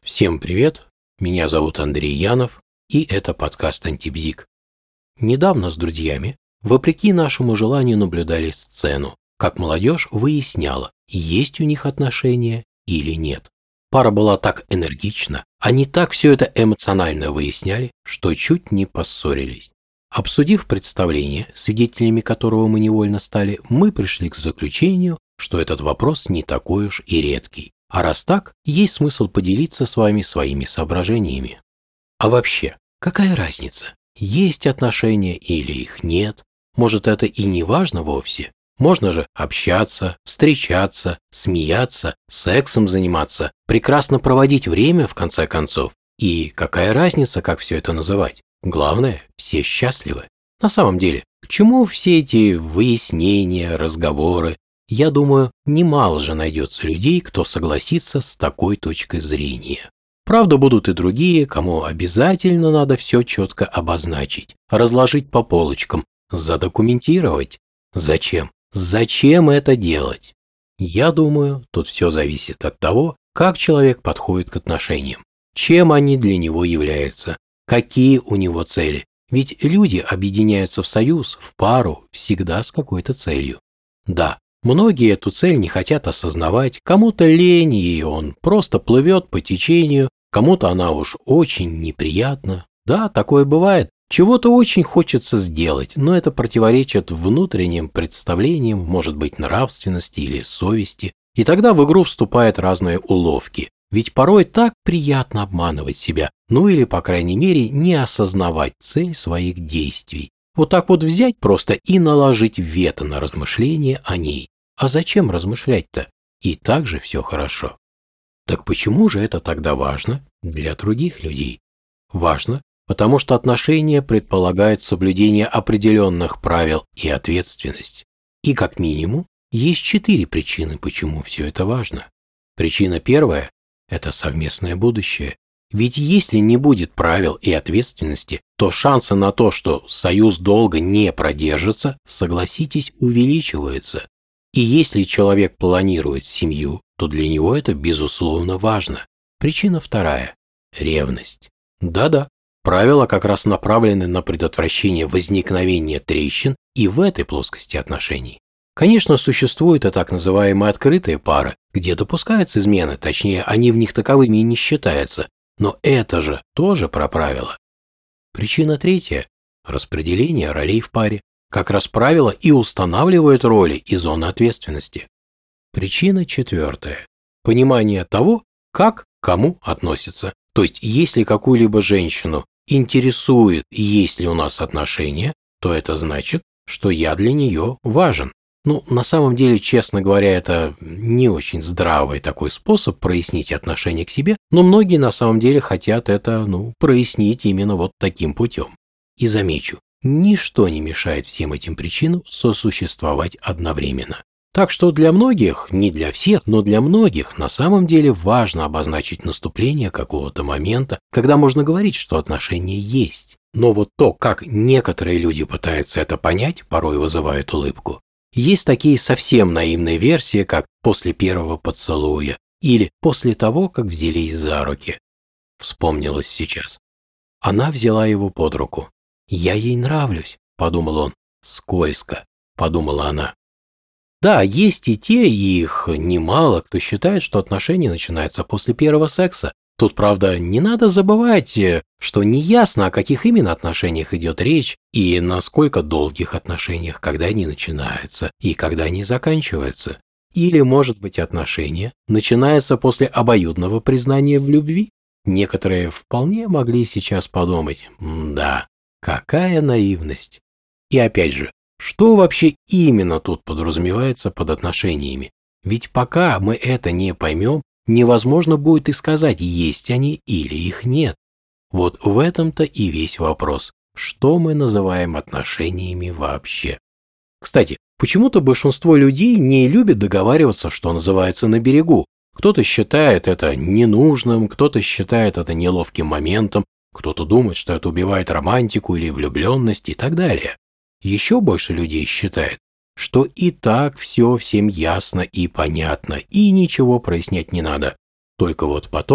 Всем привет, меня зовут Андрей Янов, и это подкаст «Антибзик». Недавно с друзьями, вопреки нашему желанию, наблюдали сцену, как молодежь выясняла, есть у них отношения или нет. Пара была так энергична, они так все это эмоционально выясняли, что чуть не поссорились. Обсудив представление, свидетелями которого мы невольно стали, мы пришли к заключению, что этот вопрос не такой уж и редкий. А раз так, есть смысл поделиться с вами своими соображениями. А вообще, какая разница, есть отношения или их нет? Может, это и не важно вовсе? Можно же общаться, встречаться, смеяться, сексом заниматься, прекрасно проводить время, в конце концов. И какая разница, как все это называть? Главное, все счастливы. На самом деле, к чему все эти выяснения, разговоры? Я думаю, немало же найдется людей, кто согласится с такой точкой зрения. Правда, будут и другие, кому обязательно надо все четко обозначить, разложить по полочкам, задокументировать. Зачем? Зачем это делать? Я думаю, тут все зависит от того, как человек подходит к отношениям, чем они для него являются, какие у него цели. Ведь люди объединяются в союз, в пару, всегда с какой-то целью. Да, многие эту цель не хотят осознавать, кому-то лень, и он просто плывет по течению, кому-то она уж очень неприятна. Да, такое бывает. Чего-то очень хочется сделать, но это противоречит внутренним представлениям, может быть, нравственности или совести. И тогда в игру вступают разные уловки. Ведь порой так приятно обманывать себя, ну или, по крайней мере, не осознавать цель своих действий. Вот так вот взять просто и наложить вето на размышления о ней. А зачем размышлять-то? И так же все хорошо. Так почему же это тогда важно для других людей? Важно, потому что отношения предполагают соблюдение определенных правил и ответственность. И как минимум есть 4 причины, почему все это важно. Причина первая – это совместное будущее. Ведь если не будет правил и ответственности, то шансы на то, что союз долго не продержится, согласитесь, увеличиваются. И если человек планирует семью, то для него это безусловно важно. Причина вторая – ревность. Да-да, правила как раз направлены на предотвращение возникновения трещин и в этой плоскости отношений. Конечно, существуют и так называемые открытые пары, где допускаются измены, точнее, они в них таковыми и не считаются, но это же тоже про правила. Причина третья – распределение ролей в паре. Как раз правила и устанавливают роли и зоны ответственности. Причина четвертая – понимание того, как к кому относятся. То есть, если какую-либо женщину интересует, есть ли у нас отношения, то это значит, что я для нее важен. Ну, на самом деле, честно говоря, это не очень здравый такой способ прояснить отношение к себе, но многие на самом деле хотят это, прояснить именно вот таким путем. И замечу, ничто не мешает всем этим причинам сосуществовать одновременно. Так что для многих, не для всех, но для многих на самом деле важно обозначить наступление какого-то момента, когда можно говорить, что отношения есть. Но вот то, как некоторые люди пытаются это понять, порой вызывает улыбку. Есть такие совсем наивные версии, как после первого поцелуя или после того, как взялись за руки. Вспомнилось сейчас. Она взяла его под руку. «Я ей нравлюсь», – подумал он. «Скользко», – подумала она. Да, есть и те, и их немало, кто считает, что отношения начинаются после первого секса. Тут, правда, не надо забывать, что неясно, о каких именно отношениях идет речь, и насколько долгих отношениях, когда они начинаются и когда они заканчиваются. Или, может быть, отношения начинаются после обоюдного признания в любви? Некоторые вполне могли сейчас подумать, да, какая наивность. И опять же, что вообще именно тут подразумевается под отношениями? Ведь пока мы это не поймем, невозможно будет и сказать, есть они или их нет. Вот в этом-то и весь вопрос, что мы называем отношениями вообще. Кстати, почему-то большинство людей не любит договариваться, что называется, на берегу. Кто-то считает это ненужным, кто-то считает это неловким моментом, кто-то думает, что это убивает романтику или влюбленность и так далее. Еще больше людей считает, что и так все всем ясно и понятно, и ничего прояснять не надо. Только вот потом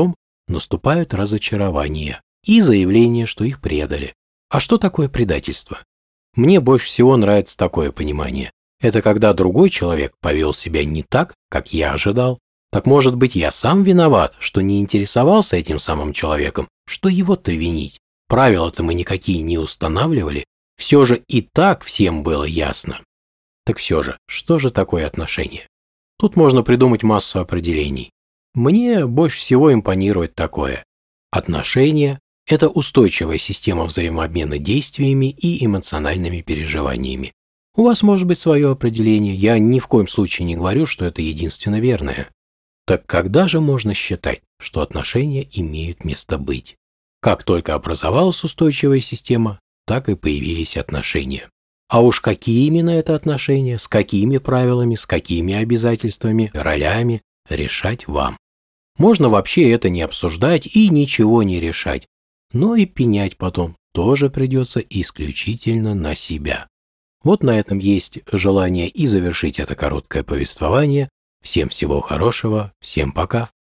наступают разочарования и заявление, что их предали. А что такое предательство? Мне больше всего нравится такое понимание. Это когда другой человек повел себя не так, как я ожидал. Так может быть, я сам виноват, что не интересовался этим самым человеком, что его-то винить? Правила-то мы никакие не устанавливали, все же и так всем было ясно. Так все же, что же такое отношения? Тут можно придумать массу определений. Мне больше всего импонирует такое. Отношения – это устойчивая система взаимообмена действиями и эмоциональными переживаниями. У вас может быть свое определение, я ни в коем случае не говорю, что это единственно верное. Так когда же можно считать, что отношения имеют место быть? Как только образовалась устойчивая система, так и появились отношения. А уж какие именно это отношения, с какими правилами, с какими обязательствами, ролями, решать вам. Можно вообще это не обсуждать и ничего не решать, но и пенять потом тоже придется исключительно на себя. Вот на этом есть желание и завершить это короткое повествование. Всем всего хорошего, всем пока.